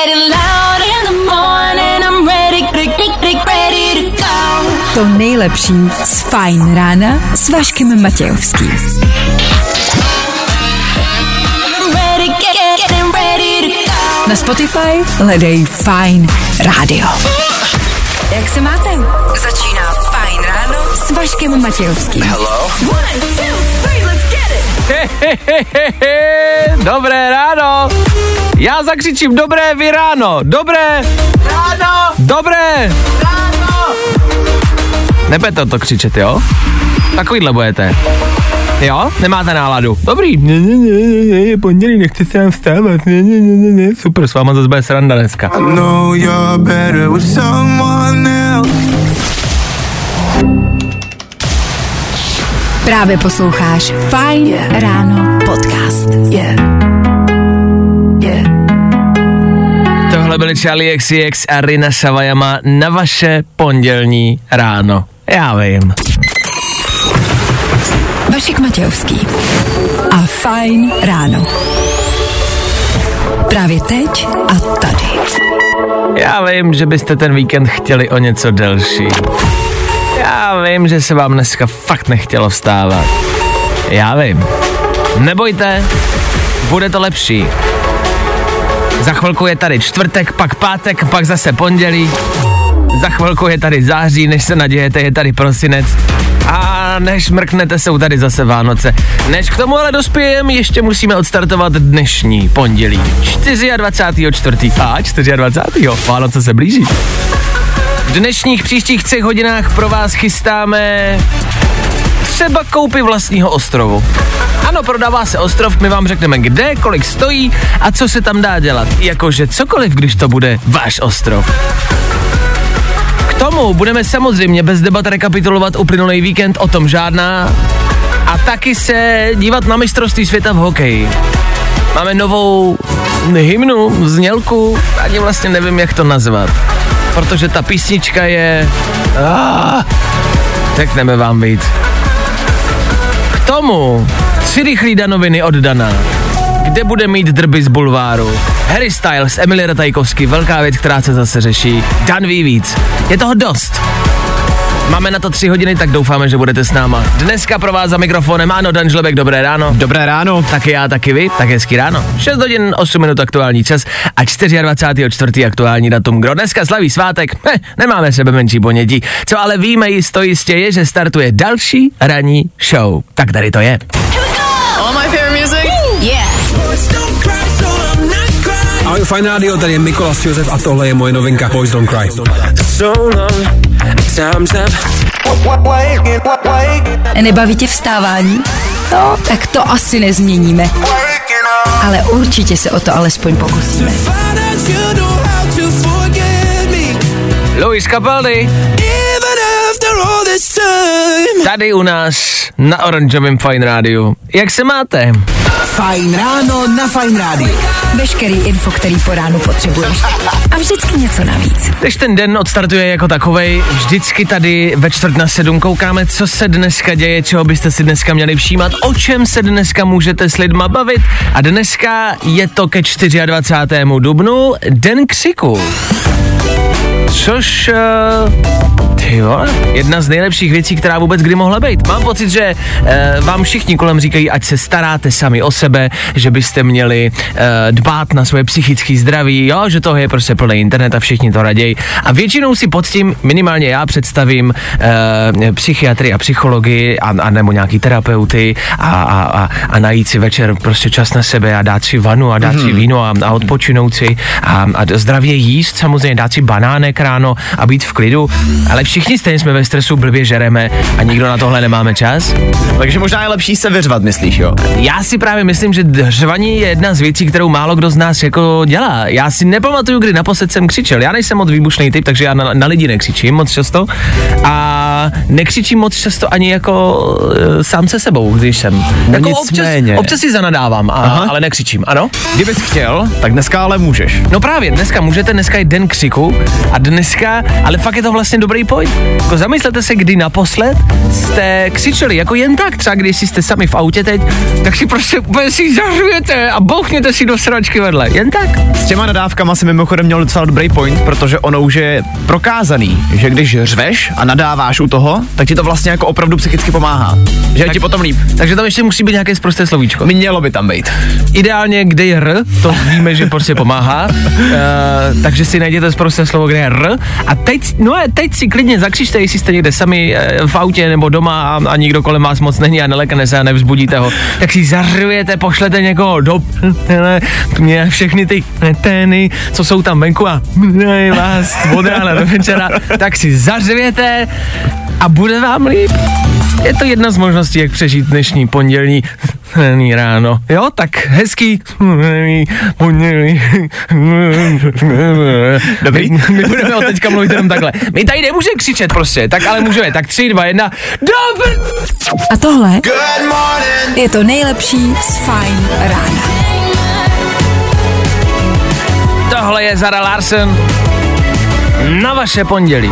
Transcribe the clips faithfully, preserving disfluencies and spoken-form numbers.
To nejlepší z Fajn rána s Vaškem Matějovským. Na Spotify hledej Fajn rádio. Jak se máte? Začíná Fajn ráno s Vaškem Matějovským. Hello? One, two, three, let's get it. He, he, he, he, he. Dobré ráno. Já zakřičím dobré vy ráno. Dobré ráno. Dobré ráno. Nebudete to křičet, jo? Takovýhle budete. Jo? Nemáte náladu? Dobrý. Ne, ne, ne, ne, je pondělí, nechci se vám vstávat. Ne, ne, ne, ne, ne. Super, s váma zase bude sranda dneska. Právě posloucháš Fajn yeah. ráno podcast. Yeah. Yeah. Tohle byly Charlie X C X a Rina Savajama na vaše pondělní ráno. Já vím. Vašek Matějovský a Fajn ráno. Právě teď a tady. Já vím, že byste ten víkend chtěli o něco delší. Já vím, že se vám dneska fakt nechtělo vstávat. Já vím. Nebojte, bude to lepší. Za chvilku je tady čtvrtek, pak pátek, pak zase pondělí. Za chvilku je tady září, než se nadějete, je tady prosinec. A než mrknete, jsou tady zase Vánoce. Než k tomu ale dospějeme, ještě musíme odstartovat dnešní pondělí. dvacátého čtvrtého A dvacátého čtvrtého Vánoce se blíží. V dnešních příštích třech hodinách pro vás chystáme třeba koupy vlastního ostrovu. Ano, prodává se ostrov, my vám řekneme kde, kolik stojí a co se tam dá dělat. Jakože cokoliv, když to bude váš ostrov. K tomu budeme samozřejmě bez debat rekapitulovat uplynulý víkend, o tom žádná. A taky se dívat na mistrovství světa v hokeji. Máme novou hymnu, znělku, ani vlastně nevím, jak to nazvat. Protože ta písnička je... Ah, řekneme vám víc. K tomu tři rychlý danoviny od Dana, kde bude mít drby z bulváru. Harry Styles, Emily Ratajkovsky, velká věc, která se zase řeší. Dan ví víc. Je toho dost. Máme na to tři hodiny, tak doufáme, že budete s náma. Dneska pro vás za mikrofonem, ano, Dan Žlebek, dobré ráno. Dobré ráno. Taky já, taky vy, tak hezký ráno. šest hodin, osm minut aktuální čas a dvacátého čtvrtého aktuální datum. Kdo dneska slaví svátek? Heh, nemáme sebe menší ponětí. Co ale víme jisto jistě je, že startuje další ranní show. Tak tady to je. All my favorite music? Yeah. Ahoj Fajn rádio, tady je Mikolas Josef a tohle je moje novinka Boys Don't Cry. Nebaví tě vstávání? No, tak to asi nezměníme. Ale určitě se o to alespoň pokusíme. Louis Capaldi. Tady u nás na oranžovém Fajn rádiu. Jak se máte? Fajn ráno na Fajn rádiu. Veškerý info, který po ránu potřebuješ. A vždycky něco navíc. Když ten den odstartuje jako takovej, vždycky tady ve čtvrt na sedm koukáme, co se dneska děje, čeho byste si dneska měli všímat, o čem se dneska můžete s lidma bavit. A dneska je to ke dvacátého čtvrtému dubnu, den křiku. Což, uh, tyjo, jedna z nejlepších věcí, která vůbec kdy mohla být. Mám pocit, že uh, vám všichni kolem říkají, ať se staráte sami o sebe, že byste měli uh, dbát na svoje psychické zdraví, jo, že toho je prostě plný internet a všichni to raději. A většinou si pod tím, minimálně já představím uh, psychiatry a psychologii a, a nebo nějaký terapeuty a, a, a, a najít si večer prostě čas na sebe a dát si vanu a dát mm. si víno a, a odpočinout si a, a zdravě jíst, samozřejmě dát si banánek ráno a být v klidu, ale všichni stejně jsme ve stresu, blbě žereme a nikdo na tohle nemáme čas. Takže možná je lepší se vyřvat, myslíš, jo? Já si právě myslím, že řvaní je jedna z věcí, kterou málo kdo z nás jako dělá. Já si nepamatuju, kdy naposled jsem křičel. Já nejsem moc výbušný typ, takže já na, na lidi nekřičím moc často. A a nekřičím moc často ani jako uh, sám se sebou, když jsem. No jako občas, nicméně. občas si zanadávám, a, ale nekřičím, ano? Kdybys chtěl, tak dneska ale můžeš. No právě, dneska můžete, dneska je den křiku a dneska, ale fakt je to vlastně dobrý point. Jako zamyslete se, kdy naposled jste křičeli, jako jen tak, třeba když jste sami v autě teď, tak si prostě úplně si zařujete a bouchněte si do sračky vedle, jen tak. S těma nadávkama si mimochodem měl docela dobrý point, protože ono už je prokázaný, že když řveš a nadáváš u toho, tak ti to vlastně jako opravdu psychicky pomáhá. Že je Tak- ti potom líp. Takže tam ještě musí být nějaké sprosté slovíčko. Mělo by tam být. Ideálně, kde je R, to víme, že prostě pomáhá, uh, takže si najděte sprosté slovo, kde je R a teď, no a teď si klidně zakřičte, jestli jste někde sami uh, v autě nebo doma a, a nikdo kolem vás moc není a nelekne se a nevzbudíte ho, tak si zařujete, pošlete někoho do p***le, mě všechny ty netény, co jsou tam venku a ne, vás od rána do večera, tak si zařvěte a bude vám líp. Je to jedna z možností, jak přežít dnešní pondělní ráno. Jo, tak hezký pondělí. Dobrý. My, my budeme od teďka mluvit jenom takhle. My tady nemůžeme křičet prostě, tak ale můžeme. Tak tři, dva, jedna. Dobr! A tohle je to nejlepší z Fajn rána. Tohle je Zara Larsson na vaše pondělí.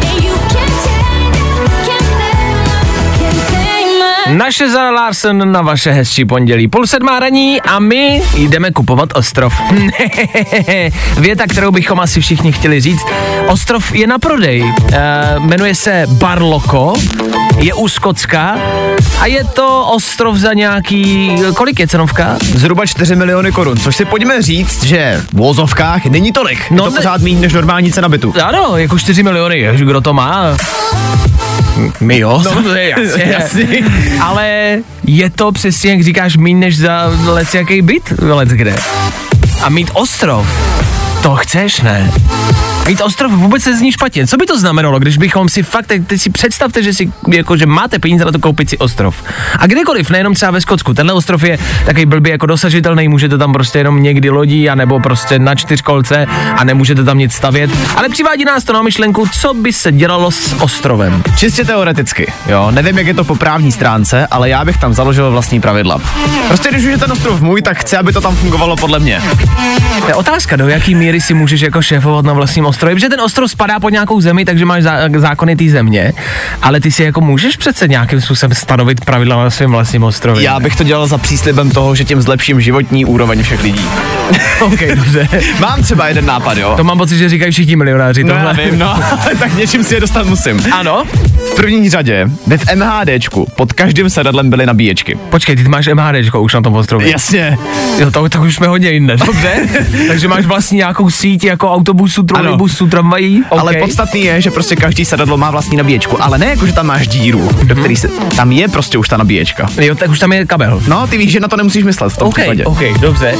Naše Zara Larsson na vaše hezčí pondělí. Půl sedmá raní a my jdeme kupovat ostrov. Věta, kterou bychom asi všichni chtěli říct. Ostrov je na prodej. E, jmenuje se Barloko, je u Skotska a je to ostrov za nějaký... Kolik je cenovka? Zhruba čtyři miliony korun, což si pojďme říct, že v vozovkách není tolik. No je to ne- pořád méně než normální cena bytu. Ano, jako čtyři miliony, jež, kdo to má? My jo, no, to je jasně. jasný. Ale je to přesně, jak říkáš, míň než za lec jaký byt, lec kde. A mít ostrov, to chceš, ne? Mít ostrov vůbec se zní špatně. Co by to znamenalo, když bychom si fakt, teď si představte, že si, jako, že máte peníze na to koupit si ostrov. A kdekoliv, nejenom třeba ve Skotsku. Tenhle ostrov je takový blbě jako dosažitelný, můžete tam prostě jenom někdy lodí, anebo prostě na čtyřkolce a nemůžete tam nic stavět. Ale přivádí nás to na myšlenku, co by se dělalo s ostrovem. Čistě teoreticky, jo, nevím, jak je to po právní stránce, ale já bych tam založil vlastní pravidla. Prostě když už je ten ostrov můj, tak chci, aby to tam fungovalo podle mě. To je otázka, do jaký míry si můžeš jako šéfovat na vlastním ostrově, protože ten ostrov spadá pod nějakou zemi, takže máš zá- zákony té země, ale ty si jako můžeš přece nějakým způsobem stanovit pravidla na svém vlastním ostrově. Já bych to dělal za příslibem toho, že tím zlepším životní úroveň všech lidí. OK, dobře. Mám třeba jeden nápad, jo. To mám pocit, že říkají všichni milionáři. No tohle. já vím, no, tak něčím si je dostat musím. Ano? V první řadě, ve v MHDčku, pod každým sedadlem byly nabíječky. Počkej, ty máš MHDčko už na tom ostrově. Jasně. Jo, to, to už jsme hodně jinde. Dobře. Takže máš vlastně nějakou síť jako autobusů, trolejbusů, tramvají. Okay. Ale podstatný je, že prostě každý sedadlo má vlastní nabíječku, ale ne jako, že tam máš díru, do který se, tam je prostě už ta nabíječka. Jo, tak už tam je kabel. No, ty víš, že na to nemusíš myslet v tom OK, případě. OK, dobře.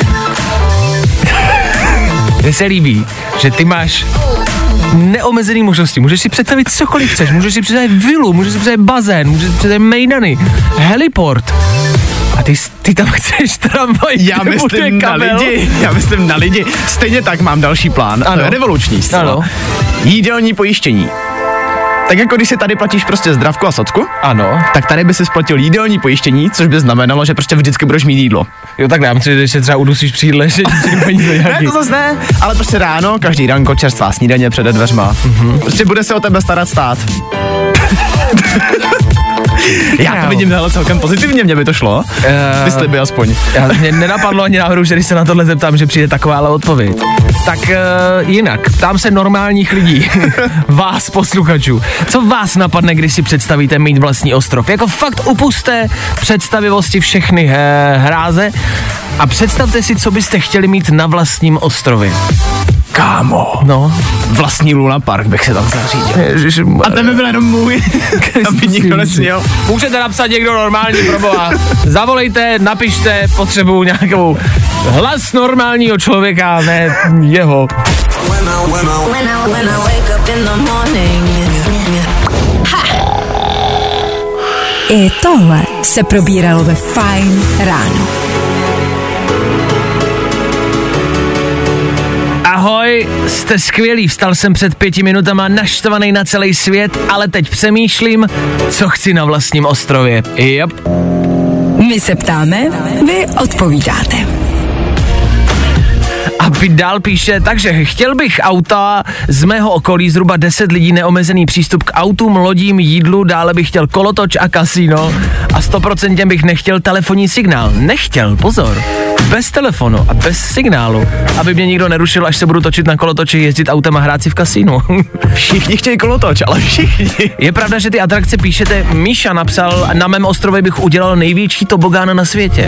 Mně se líbí, že ty máš neomezený možnosti. Můžeš si představit cokoliv chceš. Můžeš si představit vilu, můžeš si představit bazén, můžeš si představit mejdany, heliport. A ty, ty tam chceš tramvaj, Já kde bude myslím na kabel. lidi, já myslím na lidi. Stejně tak mám další plán, Ano. to je revoluční zcela. Ano. Jídelní pojištění. Tak jako když si tady platíš prostě zdravku a socku, Ano. tak tady by si splatil jídelní pojištění, což by znamenalo, že prostě vždycky budeš mít jídlo. Jo, takhle, já myslím, že se třeba udusíš při jídle, že ti peníze Ne, nějaký. to zase ne, ale prostě ráno, každý ranko čerstvá snídaně přede dveřma. Mm-hmm. Prostě bude se o tebe starat stát. Já to vidím hele, celkem pozitivně, mě by to šlo. Uh, Ty sliby aspoň. Já, mě nenapadlo ani náhodou, že když se na tohle zeptám, že přijde takováhle odpověď. Tak uh, jinak, ptám se normálních lidí, vás posluchačů, co vás napadne, když si představíte mít vlastní ostrov? Jako fakt upuste představivosti všechny he, hráze a představte si, co byste chtěli mít na vlastním ostrově. Kámo, No. vlastní Luna Park bych se tam zařídil. A ten by byl jenom můj, tam by nikdo nesměl. Můžete napsat někdo normální, proboha. Zavolejte, napište, potřebuju nějakou hlas normálního člověka, ne jeho. I tohle se probíralo ve Fajn ráno. Ahoj, jste skvělý, vstal jsem před pěti minutama naštvaný na celý svět, ale teď přemýšlím, co chci na vlastním ostrově. Yep. My se ptáme, vy odpovídáte. A dál píše, takže chtěl bych auta z mého okolí, zhruba deset lidí, neomezený přístup k autům, lodím, jídlu, dále bych chtěl kolotoč a kasino a sto procent bych nechtěl telefonní signál. Nechtěl, pozor, bez telefonu a bez signálu, aby mě nikdo nerušil, až se budu točit na kolotoči, jezdit autem a hrát si v kasínu. Všichni chtějí kolotoč, ale všichni. Je pravda, že ty atrakce píšete, Míša napsal, na mém ostrově bych udělal největší tobogán na světě.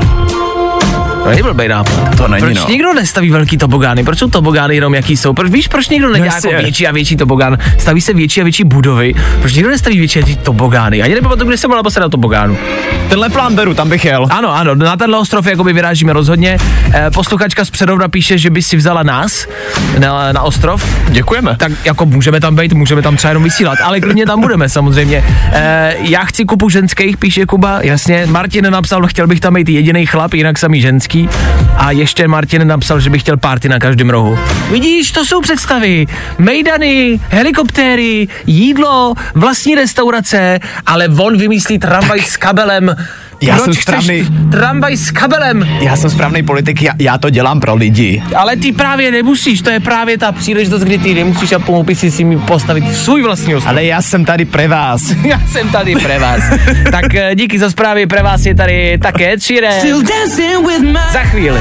To není blbej nápad. To není, Proč no. nikdo nestaví velký tobogány? Proč jsou tobogány jenom jaký jsou? Proč, víš, proč někdo nedělá no, jako větší a větší tobogán? Staví se větší a větší budovy. Proč někdo nestaví větší a větší tobogány? Ani nepamatuji, kde jsem byl naposledy na tobogánu. Tenhle plán beru, tam bych jel. Ano, ano, na tenhle ostrov jakoby vyrážíme rozhodně. E, posluchačka z Předovna píše, že by si vzala nás na, na ostrov. Děkujeme. Tak jako můžeme tam být, můžeme tam třeba jenom vysílat, ale klidně tam budeme samozřejmě. E, já chci kupu ženských, píše Kuba, jasně. Martin napsal, chtěl bych tam být jediný chlap, jinak samý ženský. A ještě Martin napsal, že by chtěl party na každém rohu. Vidíš, to jsou představy. Mejdany, helikoptéry, jídlo, vlastní restaurace, ale on vymyslí tramvaj s kabelem. Já Proč jsem chceš správný. tramvaj s kabelem? Já jsem správný politik, já, já to dělám pro lidi. Ale ty právě nemusíš, to je právě ta příležitost, kdy ty nemusíš a pomoci si si mi postavit svůj vlastní ostrov. Ale já jsem tady pre vás. Já jsem tady pre vás. Tak díky za zprávy, pre vás je tady také Ed Sheeran. Za chvíli.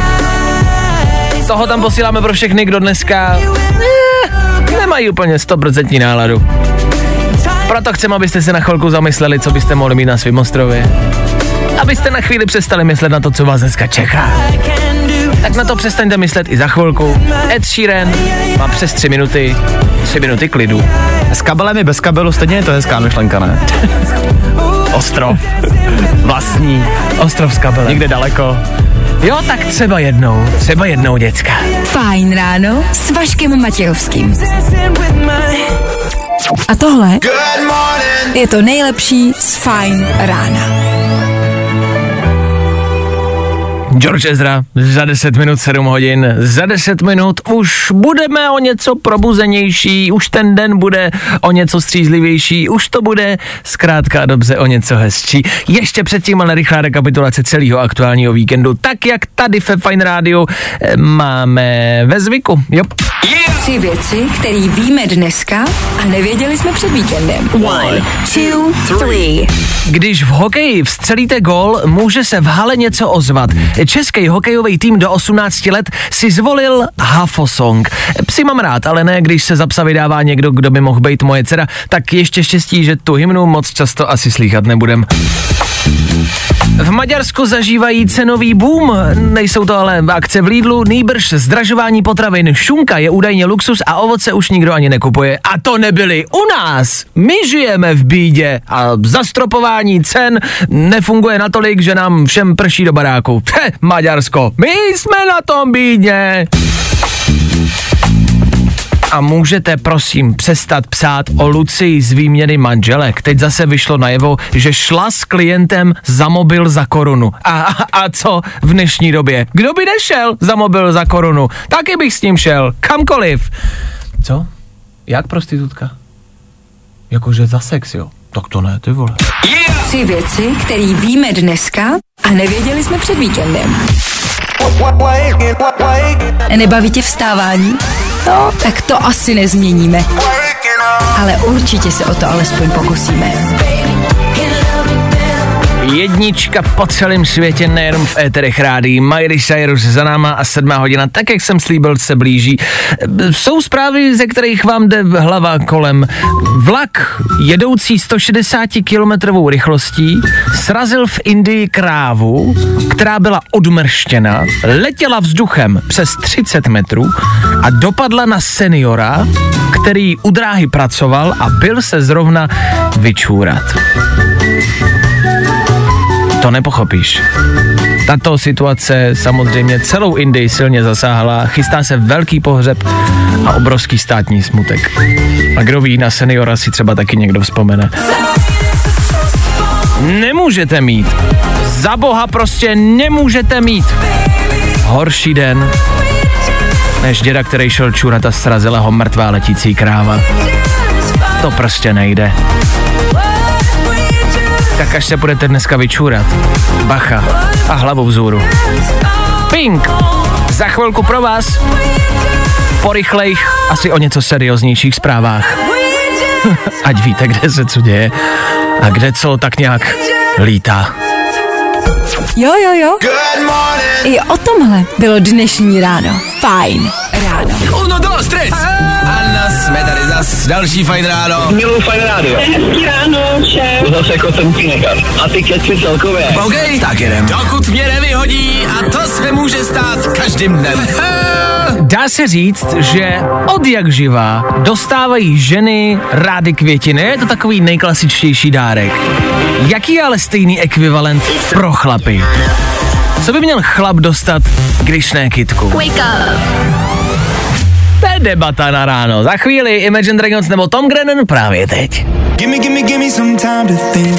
Toho tam posíláme pro všechny, kdo dneska eh, nemají úplně sto procent náladu. Proto chceme, abyste se na chvilku zamysleli, co byste mohli mít na svém ostrově. Abyste na chvíli přestali myslet na to, co vás dneska čeká. Tak na to přestaňte myslet i za chvilku. Ed Sheeran má přes tři minuty, tři minuty klidu. S kabelem i bez kabelu stejně je to hezká myšlenka, ne? Ostrov. Vlastní. Ostrov s kabelem. Někde daleko. Jo, tak třeba jednou, třeba jednou, děcka. Fajn ráno s Vaškem Matějovským. A tohle je to nejlepší z Fajn rána. George Ezra, za deset minut sedm hodin, za deset minut už budeme o něco probuzenější, už ten den bude o něco střízlivější, už to bude zkrátka dobře o něco hezčí. Ještě předtím ale rychlá rekapitulace celého aktuálního víkendu, tak jak tady ve Fajn rádiu máme ve zvyku. Jo. Tři věci, které víme dneska a nevěděli jsme před víkendem. One, two, three. Když v hokeji vstřelíte gól, může se v hale něco ozvat. Český hokejový tým do osmnácti let si zvolil Hafosong. Psi mám rád, ale ne, když se za psa vydává někdo, kdo by mohl být moje dcera, tak ještě štěstí, že tu hymnu moc často asi slýchat nebudem. V Maďarsku zažívají cenový boom, nejsou to ale akce v Lidlu, nýbrž zdražování potravin. Šunka je údajně luxus a ovoce už nikdo ani nekupuje. A to nebyli u nás. My žijeme v bídě a zastropování cen nefunguje natolik, že nám všem prší do baráku. He, Maďarsko, my jsme na tom bídně. A můžete prosím přestat psát o Lucii z výměny manželek. Teď zase vyšlo najevo, že šla s klientem za mobil za korunu. A, a, a co v dnešní době? Kdo by nešel za mobil za korunu? Taky bych s ním šel, kamkoliv. Co? Jak prostitutka? Jakože za sex, jo? Tak to ne, ty vole. Tři věci, které víme dneska a nevěděli jsme před víkendem. Nebaví tě vstávání? No, tak to asi nezměníme. Ale určitě se o to alespoň pokusíme. Jednička po celém světě, nejenom v éterech rádií. Miley Cyrus za náma a sedmá hodina, tak jak jsem slíbil, se blíží. Jsou zprávy, ze kterých vám jde hlava kolem. Vlak jedoucí sto šedesát kilometrovou rychlostí srazil v Indii krávu, která byla odmrštěna, letěla vzduchem přes třicet metrů a dopadla na seniora, který u dráhy pracoval a byl se zrovna vyčůrat. To nepochopíš. Tato situace samozřejmě celou Indii silně zasáhla, chystá se velký pohřeb a obrovský státní smutek. A kdo ví, na seniora si třeba taky někdo vzpomene. Nemůžete mít. Za boha prostě nemůžete mít horší den než děda, který šel čurat a srazila ho mrtvá letící kráva. To prostě nejde. Tak až se budete dneska vyčůrat, bacha a hlavu vzhůru. Pink, za chvilku pro vás, po rychlejch, asi o něco serióznějších zprávách. Ať víte, kde se co děje a kde co tak nějak lítá. Jo, jo, jo. I o tomhle bylo dnešní ráno. Fajn ráno. Uno, dos, tres. Anna, jsme tady zas, další Fajn ráno. Miluji Fajn rádio. Hezký ráno, šéf. To zase jako jsem nechat. A ty keci celkově. OK, tak jedem. Dokud mě nevyhodí, a to se může stát každým dnem. Dá se říct, že od jak živá dostávají ženy rády květiny. Je to takový nejklasičtější dárek. Jaký je ale stejný ekvivalent pro chlapy? Co by měl chlap dostat, když ne kytku? Wake up. To je debata na ráno. Za chvíli Imagine Dragons nebo Tom Grennan právě teď. Gimme, gimme, gimme some time to think.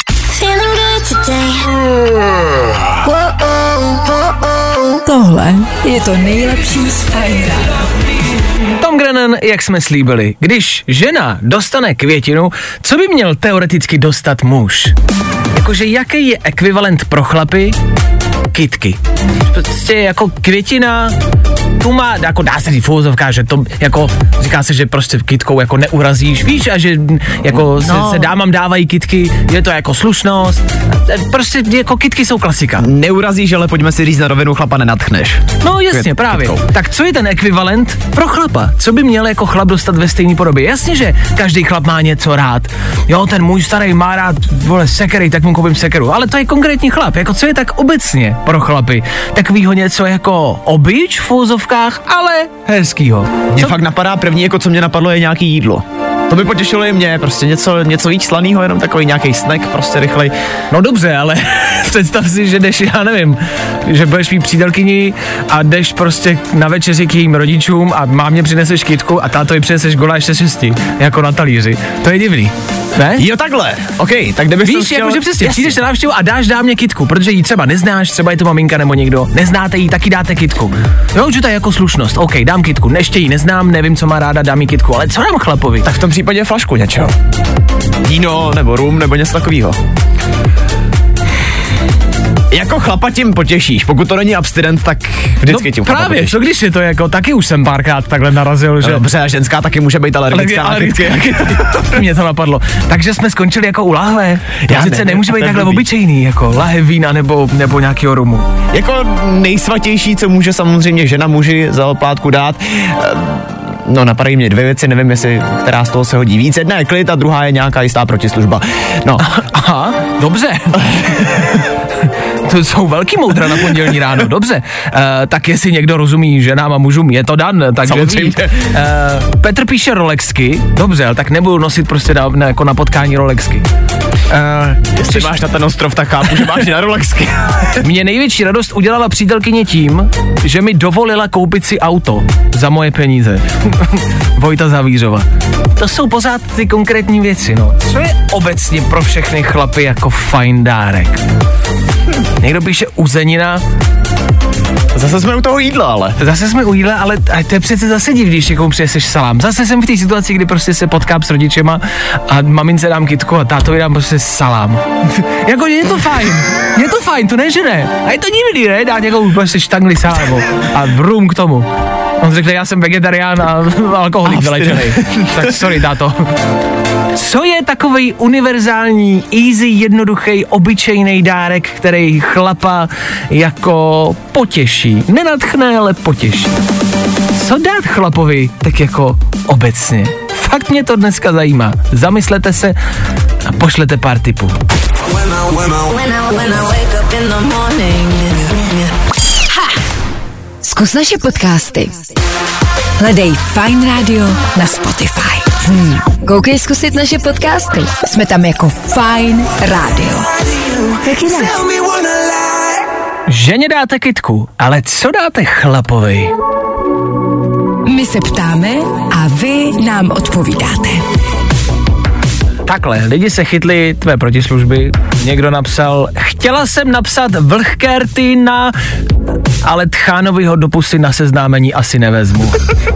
Tohle je to nejlepší z Fajn rána. Tom Grennan, jak jsme slíbili, když žena dostane květinu, co by měl teoreticky dostat muž? Jakože jaký je ekvivalent pro chlapy? Kytky. Prostě jako květina, tu má, jako dá se říct fouzovka, že to, jako, říká se, že prostě kytkou jako neurazíš, víš, a že jako se, no. se dámám dávají kytky, je to jako slušnost, prostě jako kytky jsou klasika. Neurazíš, ale pojďme si říct na rovinu, chlapa nenadchneš. No jasně, Květ, právě. kytkou. Tak co je ten ekvivalent pro chlapa? Co by měl jako chlap dostat ve stejné podobě? Jasně, že každý chlap má něco rád. Jo, ten můj starý má rád, vole, sekery, tak mu koupím sekeru. Ale to je konkrétní chlap. Jako co je tak obecně pro chlapy? Takovýho něco jako obyč v fouzovkách, ale hezkýho. Mě Co? fakt napadá první, jako co mě napadlo, je nějaký jídlo. To by potěšilo i mě, prostě něco, něco víc slanýho, jenom takový nějaký snack, prostě rychlej. No dobře, ale představ si, že jdeš, já nevím, že budeš mít přítelkyni a jdeš prostě na večeři k jejím rodičům a mámě přineseš kytku a tátovi přineseš goláš se šesti, jako na talíři. To je divný, ne? Jo, takhle, OK, tak kdybych Víš, chtěl... jakože přesně, Jasně. přijdeš na návštěvu a dáš dámě kytku, protože ji třeba neznáš, třeba je to maminka nebo někdo, neznáte ji, taky dáte kytku. Jo, že to je jako slušnost, OK, dám kytku, ještě ji neznám, nevím, co má ráda, dám jí kytku, ale co dám chlapovi? Tak v tom případě flašku něčeho. Víno, nebo rum, nebo něco takového. Jako chlapa tím potěšíš, pokud to není abstinent, tak vždycky no, tím chlapa právě, potěšíš. co když je to jako, taky už jsem párkrát takhle narazil, že... No, dobře, a ženská taky může být alergická na kytky. Mě to napadlo. Takže jsme skončili jako u lahve. To Já přece nevím, nemůže to být je takhle blbý. obyčejný, jako lahev vína nebo, nebo nějakýho rumu. Jako nejsvatější, co může samozřejmě žena muži za oplátku dát, no napadají mě dvě věci, nevím, jestli která z toho se hodí víc. Jedna je klid a druhá je nějaká jistá protislužba. No. Aha, dobře. To jsou velký moudra na pondělní ráno, dobře. Uh, tak jestli někdo rozumí ženám a mužům, je to dan, takže Samozřejmě. Uh, Petr píše Rolexky, dobře, ale tak nebudu nosit prostě na, na, jako na potkání Rolexky. Uh, Jestli máš na ten ostrov, tak chápu, že máš na Rolexky. Mě největší radost udělala přítelkyně tím, že mi dovolila koupit si auto za moje peníze. Vojta Zavířova. To jsou pořád ty konkrétní věci, no. Co je obecně pro všechny chlapy jako fajn dárek? Někdo píše uzenina. Zase jsme u toho jídla, ale. Zase jsme u jídla, ale to je přece zase divný, když někomu přineseš salám. Zase jsem v té situaci, kdy prostě se potkám s rodičema a mamince dám kytku a tátovi dám prostě salám. Jako je to fajn, je to fajn, to ne, že ne. A je to divný, ne, dát někomu prostě štangli salámu a rum k tomu. On řekne, já jsem vegetarián a alkoholik vylečený. Tak sorry, táto. Co je takovej univerzální, easy, jednoduchý, obyčejný dárek, který chlapa jako potěší? Nenadchne, ale potěší. Co dát chlapovi tak jako obecně? Fakt mě to dneska zajímá. Zamyslete se a pošlete pár tipů. Zkus naše podcasty. Hledej Fajn Radio na Spotify. Hmm. Koukej zkusit naše podcasty. Jsme tam jako Fajn Radio. Jak jinak? Ženě dáte kytku, ale co dáte chlapovi? My se ptáme a vy nám odpovídáte. Takhle, lidi se chytli tvé protislužby, někdo napsal, chtěla jsem napsat vlhké rty na ale Tchánovi ho dopustit na seznámení asi nevezmu.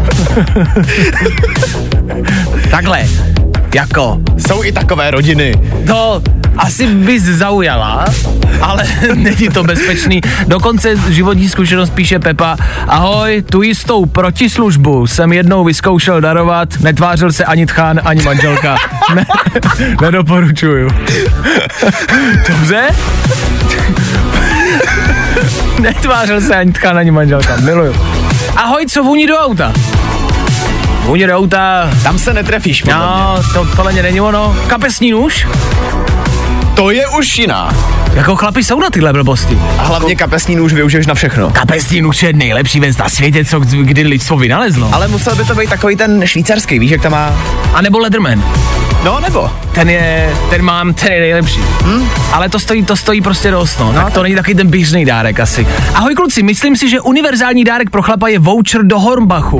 Takhle, jako... Jsou i takové rodiny. To asi bys zaujala, ale není to bezpečný. Dokonce životní zkušenost píše Pepa. Ahoj, tu jistou protislužbu jsem jednou vyzkoušel darovat, netvářil se ani Tchán, ani manželka. Ne, nedoporučuju. Dobře? Netvářil se ani Tchán, ani manželka, miluju. Ahoj, co vůni do auta? Vůni do auta... Tam se netrefíš, no, to podle mě není ono. Kapesní nůž? To je už jiná. Jako chlapi jsou na tyhle blbosti. A hlavně kapesní nůž využiješ na všechno. Kapesní nůž je nejlepší věc na světě, co kdy lidstvo vynalezlo. Ale musel by to být takový ten švýcarský, víš, jak tam má... A nebo Leatherman. No, nebo. Ten je, ten mám, ten je nejlepší. Hmm? Ale to stojí, to stojí prostě dost, no. Tak to není takový ten běžný dárek asi. Ahoj kluci, myslím si, že univerzální dárek pro chlapa je voucher do Hornbachu.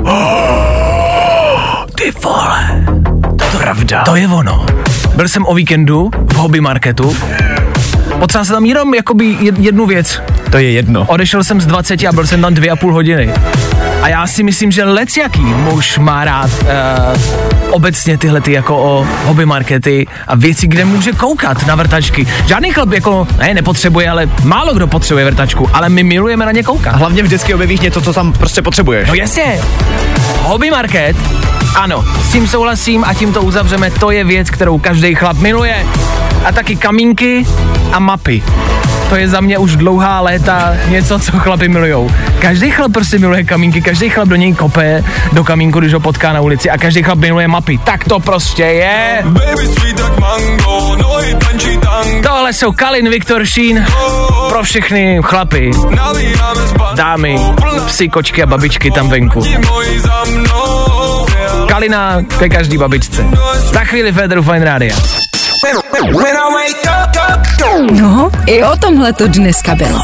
Ty vole. To pravda. To je ono. Byl jsem o víkendu v hobby marketu. Potřeboval jsem tam jenom jakoby jednu věc. To je jedno. Odešel jsem z dvaceti a byl jsem tam dvě a půl hodiny. A já si myslím, že lecjaký muž má rád uh, obecně tyhle ty jako o hobby markety a věci, kde může koukat na vrtačky. Žádný chlap jako, ne, nepotřebuje, ale málo kdo potřebuje vrtačku, ale my milujeme na ně koukat. Hlavně vždycky objevíš něco, co tam prostě potřebuješ. No jasně. Hobby market, ano, s tím souhlasím a tím to uzavřeme, to je věc, kterou každý chlap miluje. A taky kamínky a mapy. To je za mě už dlouhá léta něco, co chlapi milujou. Každý chlap prostě miluje kamínky, každý chlap do něj kope do kamínku, když ho potká na ulici a každý chlap miluje mapy. Tak to prostě je. Tohle jsou Kalin, Viktor, Šín pro všechny chlapy, dámy, psy, kočky a babičky tam venku. Kalina ke každý babičce. Za chvíli Féteru Fine Rádia. No, i o tomhle to dneska bylo.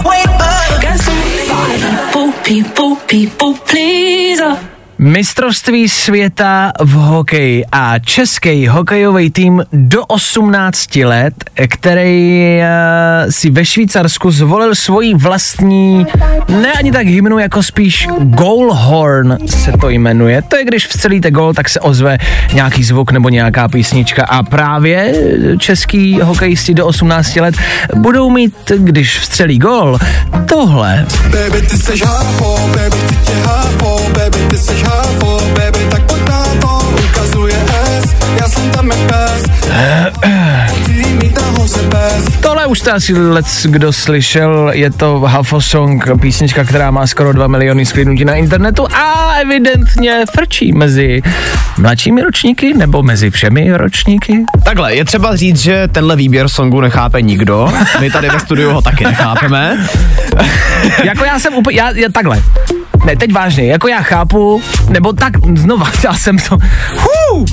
Mistrovství světa v hokeji a český hokejový tým do osmnácti let, který uh, si ve Švýcarsku zvolil svoji vlastní, ne ani tak hymnu, jako spíš goalhorn se to jmenuje. To je, když vstřelíte gól, tak se ozve nějaký zvuk nebo nějaká písnička a právě český hokejisti do osmnácti let budou mít, když vstřelí gól, tohle. Baby, ty seš hápo, baby, ty tě hápo, baby, ty seš hápo, baby, tak pojď na to, ukazuje S, já jsem tam jak pes. Tohle už to asi lec kdo slyšel, je to Hafo Song, písnička, která má skoro dva miliony shlédnutí na internetu a evidentně frčí mezi mladšími ročníky nebo mezi všemi ročníky. Takhle, je třeba říct, že tenhle výběr songu nechápe nikdo, my tady ve studiu ho taky nechápeme. Jako já jsem úplně, já, já takhle. Ne, teď vážně, jako já chápu, nebo tak znova, já jsem to... Huu!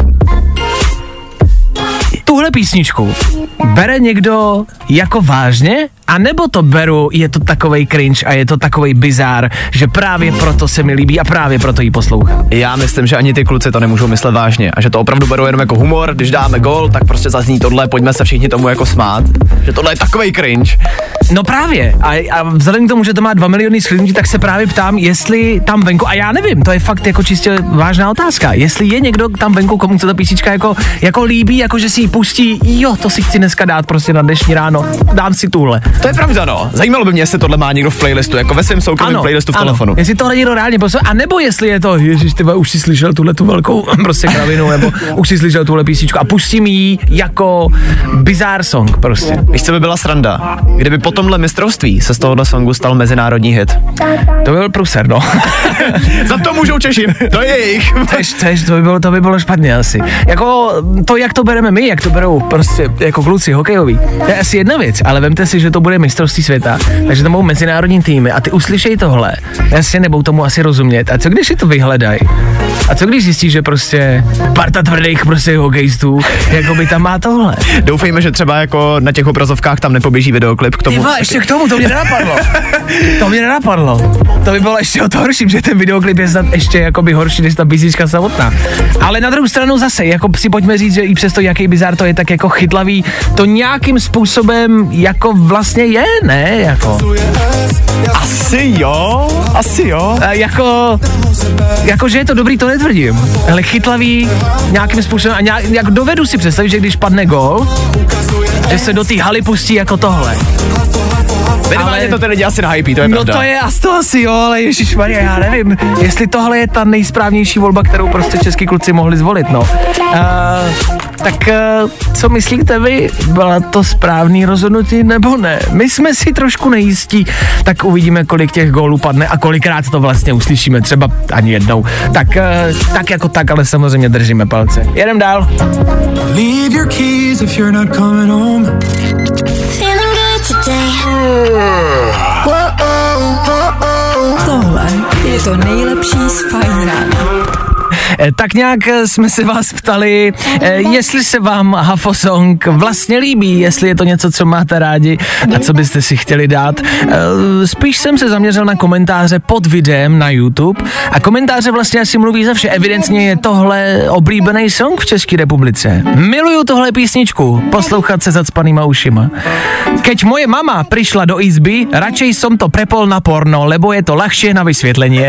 Tuhle písničku bere někdo jako vážně? A nebo to beru, je to takovej cringe a je to takovej bizár, že právě proto se mi líbí a právě proto ji poslouchám. Já myslím, že ani ty kluci to nemůžou myslet vážně a že to opravdu berou jenom jako humor, když dáme gól, tak prostě zazní tohle, pojďme se všichni tomu jako smát, že tohle je takovej cringe. No právě a, a vzhledem k tomu, že to má dva miliony shlédnutí, tak se právě ptám, jestli tam venku, a já nevím, to je fakt jako čistě vážná otázka, jestli je někdo tam venku, komu se ta písnička jako, jako líbí, jako že si ji pustí, jo, to si chci dneska dát prostě na dnešní ráno, dám si tuhle. To je pravda, no. Zajímalo by mě, jestli tohle má někdo v playlistu, jako ve svém soukromém playlistu v ano. telefonu. Jestli tohle někdo reálně poslouchá, a nebo jestli je to, ježiš, ty už si slyšel tuhle tu velkou prostě kravinu, nebo už si slyšel tuhle písničku a pustím ji jako bizár song prostě. Víš, co by byla sranda? Kdyby po tomhle mistrovství se z tohohle songu stal mezinárodní hit. To by byl průser, no. Za to můžou Češi, to je jejich. Tež, tež, to by bylo, to by bylo špatně asi. Jako to, jak to bereme my, jak to berou prostě jako kluci hokejoví, to je asi jedna věc, ale vemte si, že to bude mistrovství světa, takže to budou mezinárodní týmy a ty uslyšej tohle, jasně nebudou tomu asi rozumět. A co když si to vyhledají? A co když zjistíš, že prostě parta tvrdých prostě hokejistů, jako by tam má tohle? Doufejme, že třeba jako na těch obrazovkách tam nepoběží videoklip k tomu. Ty vole, ještě k tomu, to mě nenapadlo. To mě nenapadlo. To by bylo ještě o to horší, že ten videoklip je snad ještě jakoby horší než ta písnička samotná. Ale na druhou stranu zase, jako si pojďme říct, že i přesto jaký bizár to je, tak jako chytlavý, to nějakým způsobem způsobem jako vlastně je, ne? Jako. Asi jo, asi jo. A jako, jako, že je to dobrý, to netvrdím. Ale chytlavý nějakým způsobem a nějak, jak dovedu si představit, že když padne gól, že se do té haly pustí jako tohle. Minimálně ale to tedy asi na hypey, to je no pravda. No to je asi to asi jo, ale ježišmarja, já nevím, jestli tohle je ta nejsprávnější volba, kterou prostě český kluci mohli zvolit, no. Uh, tak uh, co myslíte vy, byla to správný rozhodnutí nebo ne? My jsme si trošku nejistí, tak uvidíme, kolik těch gólů padne a kolikrát to vlastně uslyšíme, třeba ani jednou. Tak, uh, tak jako tak, ale samozřejmě držíme palce. Jedem dál. Leave your keys if you're not coming home. Tohle je to nejlepší z Fajn rána. Tak nějak jsme se vás ptali, jestli se vám Hafosong vlastně líbí, jestli je to něco, co máte rádi a co byste si chtěli dát. Spíš jsem se zaměřil na komentáře pod videem na YouTube a komentáře vlastně asi mluví za vše. Evidentně je tohle oblíbený song v České republice. Miluju tohle písničku, poslouchat se zacpanýma ušima. Keď moje mama přišla do izby, radšej som to prepol na porno, lebo je to ľahšie na vysvětlení.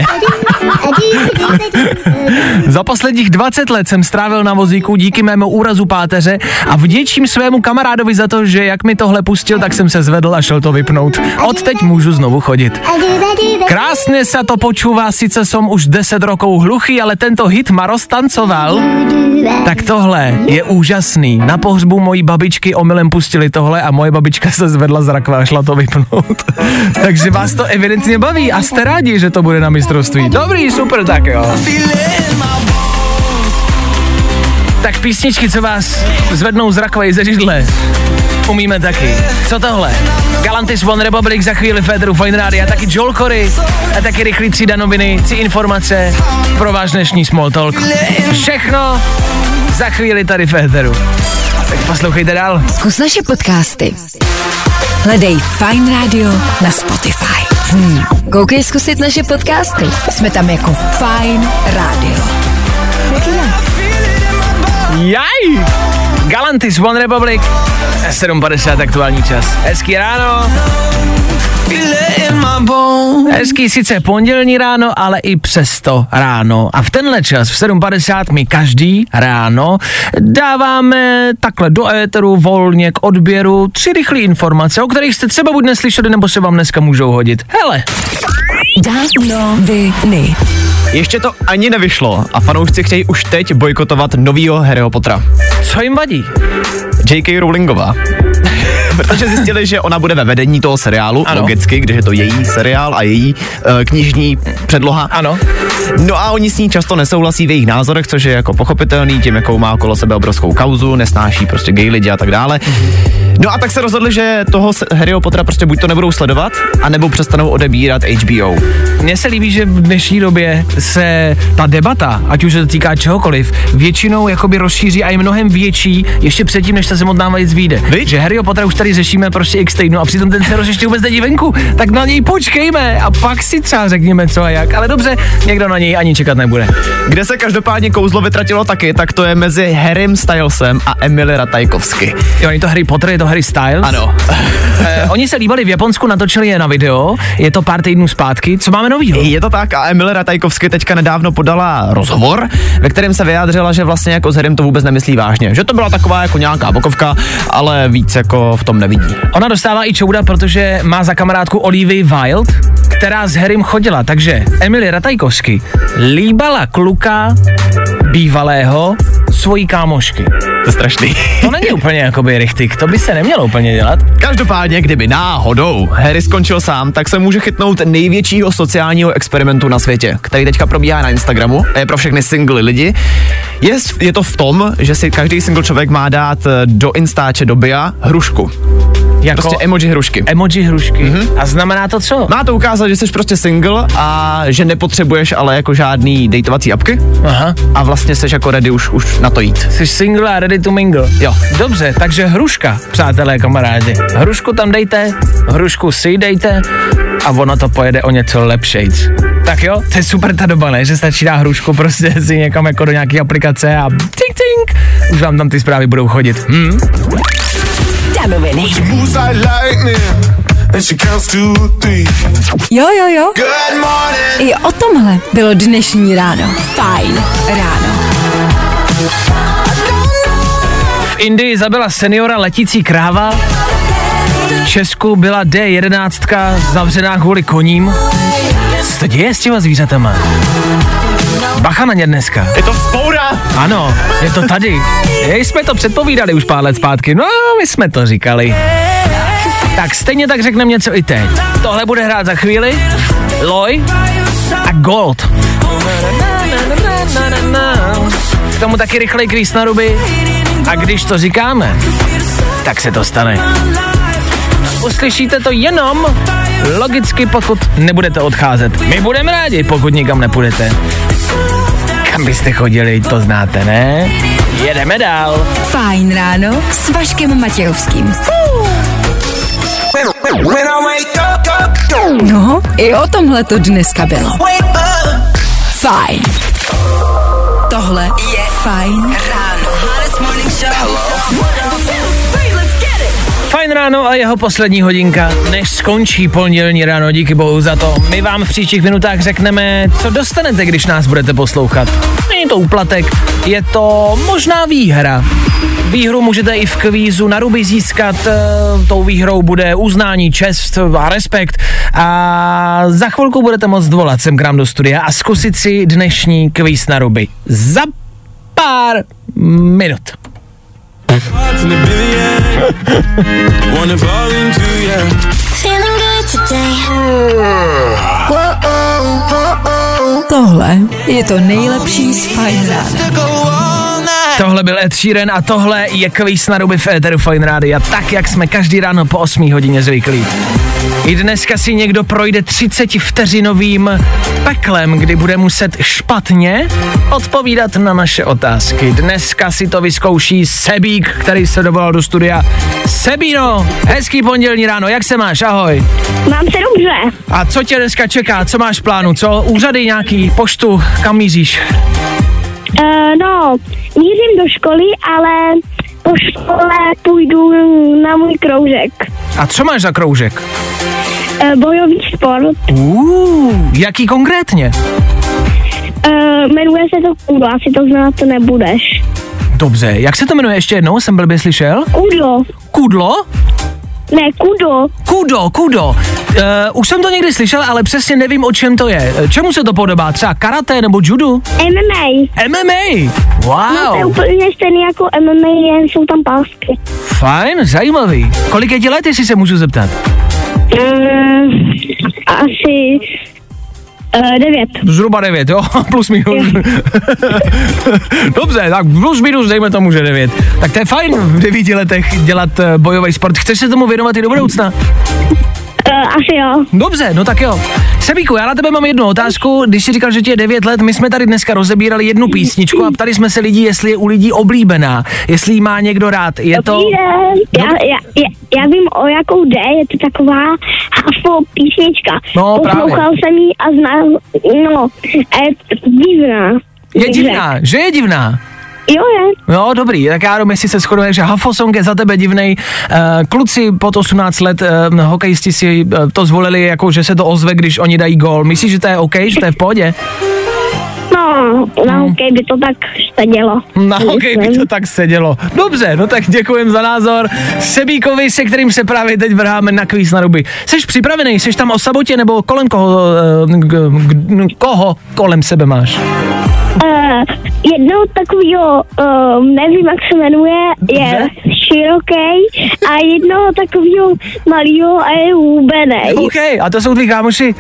Za posledních dvacet let jsem strávil na vozíku díky mému úrazu páteře a vděčím svému kamarádovi za to, že jak mi tohle pustil, tak jsem se zvedl a šel to vypnout. Odteď můžu znovu chodit. Krásně se to počúvá, sice som už deset rokov hluchý, ale tento hit ma roztancoval. Tak tohle je úžasný. Na pohřbu mojí babičky omylem pustili tohle a moje babička se zvedla z rakve a šla to vypnout. Takže vás to evidentně baví a jste rádi, že to bude na mistrovství. Dobrý, super, tak jo. Tak písničky, co vás zvednou z rakve i ze židle, umíme taky. Co tohle? Galantis One Republic za chvíli Féteru Fajn Rádia, taky Joel Corey a taky rychlý třída noviny, tři informace pro váš dnešní small talk. Všechno za chvíli tady Féteru. Tak poslouchejte dál. Zkus naše podcasty. Hledej Fajn Radio na Spotify. Hmm. Koukej zkusit naše podcasty. Jsme tam jako Fajn Radio. Jak jinak? Jaj! Galantis One Republic, sedm padesát aktuální čas. Hezký ráno. Hezký sice pondělní ráno, ale i přesto ráno. A v tenhle čas v sedm padesát my každý ráno dáváme takhle do éteru volně k odběru tři rychlé informace, o kterých jste třeba buď neslyšeli, nebo se vám dneska můžou hodit. Hele. Danoviny. Ještě to ani nevyšlo a fanoušci chtějí už teď bojkotovat novýho Harryho Pottera. Co jim vadí? J K. Rowlingová. Protože zjistili, že ona bude ve vedení toho seriálu, ano. Logicky, když je to její seriál a její uh, knižní předloha. Ano. No a oni s ní často nesouhlasí v jejich názorech, což je jako pochopitelný, tím jakou má okolo sebe obrovskou kauzu, nesnáší prostě gay lidi a tak dále. No a tak se rozhodli, že toho Harryho Pottera prostě buď to nebudou sledovat, anebo přestanou odebírat H B O. Mně se líbí, že v dnešní době se ta debata, ať už se to týká čehokoliv, většinou jakoby rozšíří a je mnohem větší ještě předtím, než ta samotná věc vyjde. Že Harryho Pottera už tady řešíme prostě x týdnů a přitom ten se ještě vůbec není venku, tak na něj počkejme a pak si třeba řekněme co a jak, ale dobře, někdo na něj ani čekat nebude. Kde se každopádně kouzlo vytratilo taky, tak to je mezi Harrym Stylesem a Emily Ratajkowski. Jo, je to Harry Potter, je to Harry Styles. Ano. eh, oni se líbali v Japonsku, natočili je na video, je to pár týdnů zpátky, co máme novýho? Je to tak a Emily Ratajkowski teďka nedávno podala rozhovor, ve kterém se vyjádřila, že vlastně jako s Harrym to vůbec nemyslí vážně, že to byla taková jako nějaká bokovka, ale víc jako v tom nevidí. Ona dostává i čouda, protože má za kamarádku Olivia Wilde, která s Harrym chodila, takže Emily Ratajkowski líbala kluka bývalého svojí kámošky. To je strašný. To není úplně jakoby richtig, to by se nemělo úplně dělat. Každopádně, kdyby náhodou Harry skončil sám, tak se může chytnout největšího sociálního experimentu na světě, který teďka probíhá na Instagramu, je pro všechny single lidi. Je, je to v tom, že si každý single člověk má dát do Instače, do bia hrušku. Jako prostě emoji hrušky. Emoji hrušky. Mm-hmm. A znamená to co? Má to ukázat, že jsi prostě single a že nepotřebuješ ale jako žádný dejtovací apky. Aha. A vlastně jsi jako ready už, už na to jít. Jsi single a ready to mingle. Jo. Dobře, takže hruška, přátelé, kamarádi. Hrušku tam dejte, hrušku si dejte a ono to pojede o něco lepšejc. Tak jo, to je super ta doba, ne? Že stačí dát hrušku prostě si někam jako do nějaký aplikace a tink tink, už vám tam ty zprávy budou chodit. Hm? danoviny. Moves like lightning, and she counts to three. Jo, jo, jo. Good morning. I o tomhle bylo dnešní ráno. Fajn ráno. V Indii zabila seniora letící kráva. V Česku byla D jedenáct zavřená kvůli koním. Co to děje s těma zvířatama? Bacha na ně dneska. Je to vzpoura! Ano, je to tady. Jej, jsme to předpovídali už pár let zpátky. No, my jsme to říkali. Tak stejně tak řekneme něco i teď. Tohle bude hrát za chvíli. Loj a Gold. K tomu taky rychlej kvíz na ruby. A když to říkáme, tak se to stane. Uslyšíte to jenom logicky, pokud nebudete odcházet. My budeme rádi, pokud nikam nepůjdete. Kam byste chodili, to znáte, ne? Jedeme dál. Fajn ráno s Vaškem Matějovským. No, i o tomhle to dneska bylo. Fajn. Tohle je Fajn ráno. Fajn ráno a jeho poslední hodinka, než skončí pondělní ráno, díky bohu za to. My vám v příštích minutách řekneme, co dostanete, když nás budete poslouchat. Není to úplatek, je to možná výhra. Výhru můžete i v kvízu na ruby získat, tou výhrou bude uznání, čest a respekt. A za chvilku budete moct volat sem k nám do studia a zkusit si dnešní kvíz na ruby. Za pár minut. Tohle je to nejlepší z Fajn rána. Tohle byl Ed Sheeran a tohle je kvíz na ruby v éteru Fajn rádia, tak jak jsme každý ráno po osmé hodině zvyklí. I dneska si někdo projde třicetivteřinovým peklem, kdy bude muset špatně odpovídat na naše otázky. Dneska si to vyzkouší Sebík, který se dovolal do studia. Sebíno, hezký pondělní ráno, jak se máš? Ahoj. Mám se dobře. A co tě dneska čeká? Co máš v plánu? Co? Úřady nějaký? Poštu? Kam míříš? Uh, no, mířím do školy, ale po škole půjdu na můj kroužek. A co máš za kroužek? Uh, bojový sport. Uh, jaký konkrétně? Uh, jmenuje se to kudo, asi to znát to nebudeš. Dobře, jak se to jmenuje ještě jednou? Jsem blbě slyšel? Kudo. Kudlo? Ne, kudo. Kudo, kudo. Uh, už jsem to někdy slyšel, ale přesně nevím, o čem to je. Čemu se to podobá? Třeba karate nebo judu? M M A. M M A? Wow. No, to je úplně stejný jako M M A, jen jsou tam pásky. Fajn, zajímavý. Kolik je ti let, jestli se můžu zeptat? Um, asi uh, devět. Zhruba devět, jo? Plus minus. Dobře, tak plus minus dejme tomu, že devět. Tak to je fajn v devíti letech dělat uh, bojový sport. Chceš se tomu věnovat i do budoucna? Uh, asi jo. Dobře, no tak jo. Sebíku, já na tebe mám jednu otázku. Když jsi říkal, že ti je devět let, my jsme tady dneska rozebírali jednu písničku a ptali jsme se lidí, jestli je u lidí oblíbená, jestli ji má někdo rád. Je to... Dobrý den. Já, já, já, já vím, o jakou jde, je to taková haslo písnička. No, Poslouchal právě. jsem ji a znal, no, a je divná. Je divná, že je divná. Jo, je. Jo, dobrý, tak já jenom, jestli se shodujeme, že Hafosong je za tebe divnej. Uh, kluci pod osmnáct let, uh, hokejisti si uh, to zvolili, jako že se to ozve, když oni dají gól. Myslíš, že to je OK, že to je v pohodě? No, na Hmm. hokej by to tak sedělo. Na hokej by to tak sedělo. Dobře, no tak děkujem za názor Sebíkovi, se kterým se právě teď vrháme na kvíz na ruby. Jseš připravený? Jseš tam o sabotě nebo kolem koho, uh, g, g, koho kolem sebe máš? Uh, jednoho takového, uh, nevím, jak se jmenuje, je široký a jednoho takového malého a je hubenej. OK, a to jsou tví kámoši?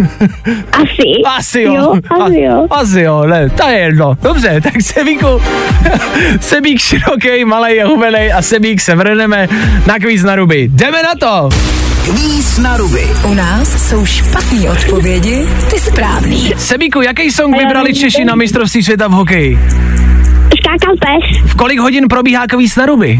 Asi. Asi jo. Jo, asi jo. A, asi jo, ne, to je jedno. Dobře, tak Sebíku, Sebík široký, malej a hubenej a Sebík se vrhneme na kvíz na ruby. Jdeme na to! Kvíz na ruby. U nás jsou špatné odpovědi, ty správný. Sebíku, jaký song vybrali Češi na mistrovství světa v hokeji? Skákal pes. V kolik hodin probíhá kvíz na ruby?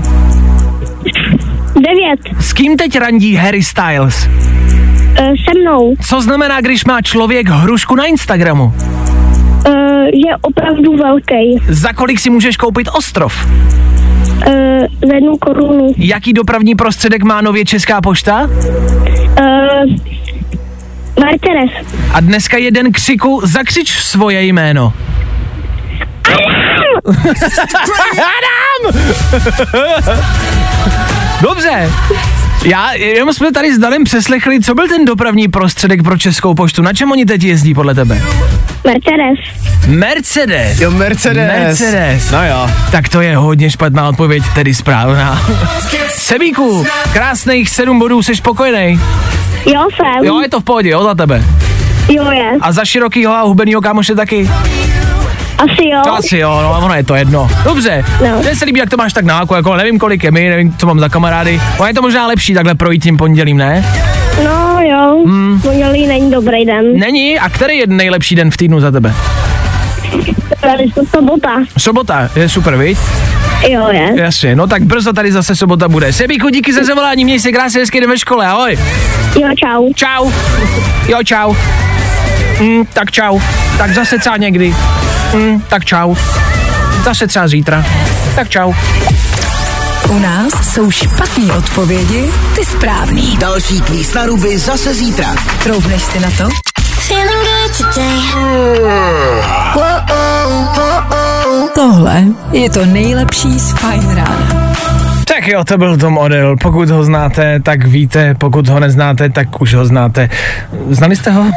Devět. S kým teď randí Harry Styles? Uh, se mnou. Co znamená, když má člověk hrušku na Instagramu? Uh, je opravdu velký. Za kolik si můžeš koupit ostrov? Uh, za jednu korunu. Jaký dopravní prostředek má nově Česká pošta? Uh, Mercedes. A dneska jeden křiku, zakřič svoje jméno. Adam! Dobře. Já, jenom jsme tady s Danem přeslechli, co byl ten dopravní prostředek pro Českou poštu. Na čem oni teď jezdí podle tebe? Mercedes. Mercedes. Jo, Mercedes. Mercedes. No jo. Tak to je hodně špatná odpověď, tedy správná. Sebíku, krásných sedm bodů, jsi spokojený? Jo, jsem. Jo, je to v pohodě, jo, za tebe. Jo, je. A za širokýho a hubenýho kámoše taky? Asi jo. To asi jo, no, ono je to jedno. Dobře, no. Mně se líbí, jak to máš tak náku, jako nevím, kolik je mi, nevím, co mám za kamarády. Ono je to možná lepší takhle projít tím pondělím, ne? No jo, hmm. Pondělí není dobrý den. Není? A který je nejlepší den v týdnu za tebe? Tady to sobota. Sobota, je super, viď? Jo, je. Jasně, no tak brzo tady zase sobota bude. Sebíku, díky za zavolání, měj se krásně, hezky, jdem ve škole, ahoj. Jo, čau. Čau. Jo, čau. Mm, tak čau. Tak zase třeba někdy. Mm, tak čau. Zase třeba zítra. Tak čau. U nás jsou špatné odpovědi, ty správný. Další kvíz na ruby zase zítra. Troufneš si na to? Tohle je to nejlepší z Fajn rána. Tak jo, to byl Tom Odell. Pokud ho znáte, tak víte. Pokud ho neznáte, tak už ho znáte. Znali jste ho?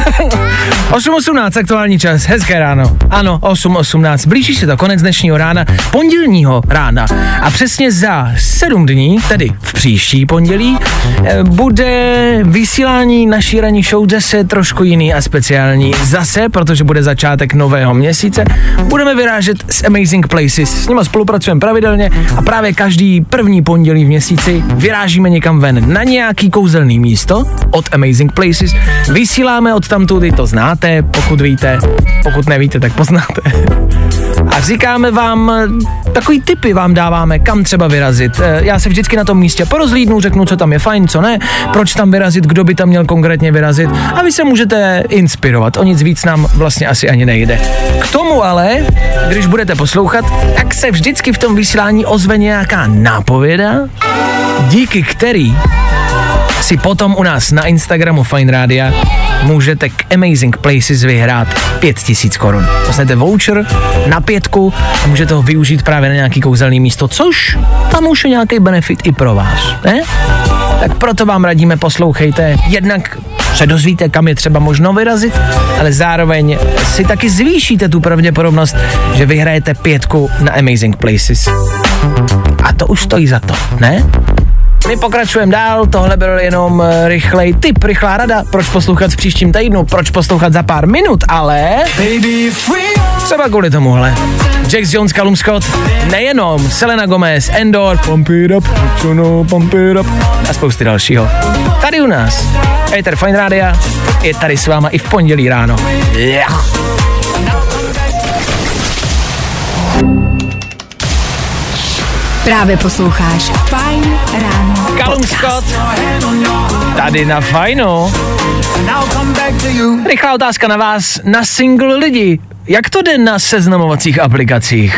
osm osmnáct aktuální čas, hezké ráno. Ano, osm osmnáct. Blíží se to konec dnešního rána, pondělního rána. A přesně za sedm dní, tedy v příští pondělí, bude vysílání naší ranní show zase trošku jiný a speciální. Zase, protože bude začátek nového měsíce, budeme vyrážet s Amazing Places. S nimi spolupracujeme pravidelně a právě každý první pondělí v měsíci vyrážíme někam ven na nějaký kouzelný místo od Amazing Places. Vysíláme od tamtudy, to znáte, pokud víte, pokud nevíte, tak poznáte. A říkáme vám, takový tipy vám dáváme, kam třeba vyrazit. Já se vždycky na tom místě porozhlídnu, řeknu, co tam je fajn, co ne, proč tam vyrazit, kdo by tam měl konkrétně vyrazit a vy se můžete inspirovat. O nic víc nám vlastně asi ani nejde. K tomu ale, když budete poslouchat, tak se vždycky v tom vysílání ozve nějaká nápověda, díky který si potom u nás na Instagramu Fajn Rádia můžete k Amazing Places vyhrát pět tisíc korun. Dostanete voucher na pětku a můžete ho využít právě na nějaký kouzelný místo, což tam už je nějaký benefit i pro vás, ne? Tak proto vám radíme, poslouchejte, jednak se dozvíte, kam je třeba možno vyrazit, ale zároveň si taky zvýšíte tu pravděpodobnost, že vyhrajete pětku na Amazing Places. A to už stojí za to, ne? My pokračujeme dál, tohle byl jenom rychlej tip, rychlá rada, proč poslouchat v příštím týdnu, proč poslouchat za pár minut, ale třeba kvůli tomuhle. Jax Jones, Callum Scott, nejenom Selena Gomez, Endor, Pump It Up, Pump It Up a spousty dalšího. Tady u nás, Éter Fajn Rádia, je tady s váma i v pondělí ráno. Yeah. Právě posloucháš Fajn ráno Callum Scott, tady na Fajnu. Rychlá otázka na vás, na single lidi. Jak to jde na seznamovacích aplikacích?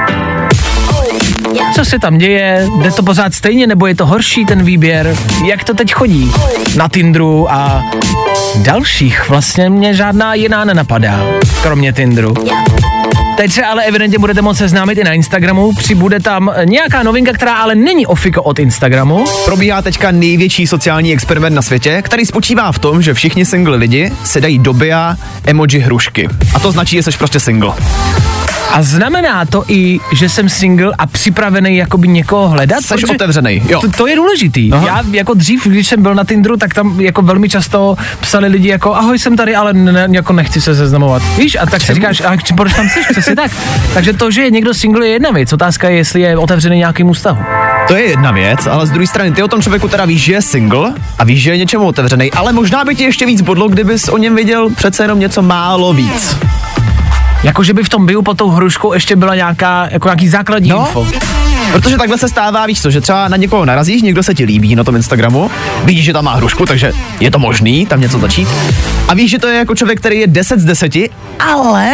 Co se tam děje? Jde to pořád stejně, nebo je to horší ten výběr? Jak to teď chodí? Na Tinderu a dalších vlastně mě žádná jiná nenapadá, kromě Tinderu. Teď se ale evidentně budete moct seznámit i na Instagramu, přibude tam nějaká novinka, která ale není ofiko od Instagramu. Probíhá teďka největší sociální experiment na světě, který spočívá v tom, že všichni single lidi si dají do bia emoji hrušky. A to značí, že jsi prostě single. A znamená to i, že jsem single a připravený jakoby někoho hledat? Jsi otevřenej, jo. To, to je důležitý. Aha. Já jako dřív, když jsem byl na Tinderu, tak tam jako velmi často psali lidi jako ahoj, jsem tady, ale ne, jako nechci se seznamovat. Víš? A tak si říkáš, a proč tam jsi? Přesně tak. Takže to, že je někdo single, je jedna věc. Otázka je, jestli je otevřený nějakému vztahu. To je jedna věc, ale z druhé strany ty o tom člověku teda víš, že je single a víš, že je něčemu otevřený, ale možná by ti ještě víc bodlo, kdybys o něm věděl přece jenom něco málo víc. Jako, že by v tom bio pod tou hruškou ještě byla nějaká, jako nějaký základní no, info. Protože takhle se stává, víš co, že třeba na někoho narazíš, někdo se ti líbí na tom Instagramu, vidíš, že tam má hrušku, takže je to možný tam něco začít. A víš, že to je jako člověk, který je deset z deseti, ale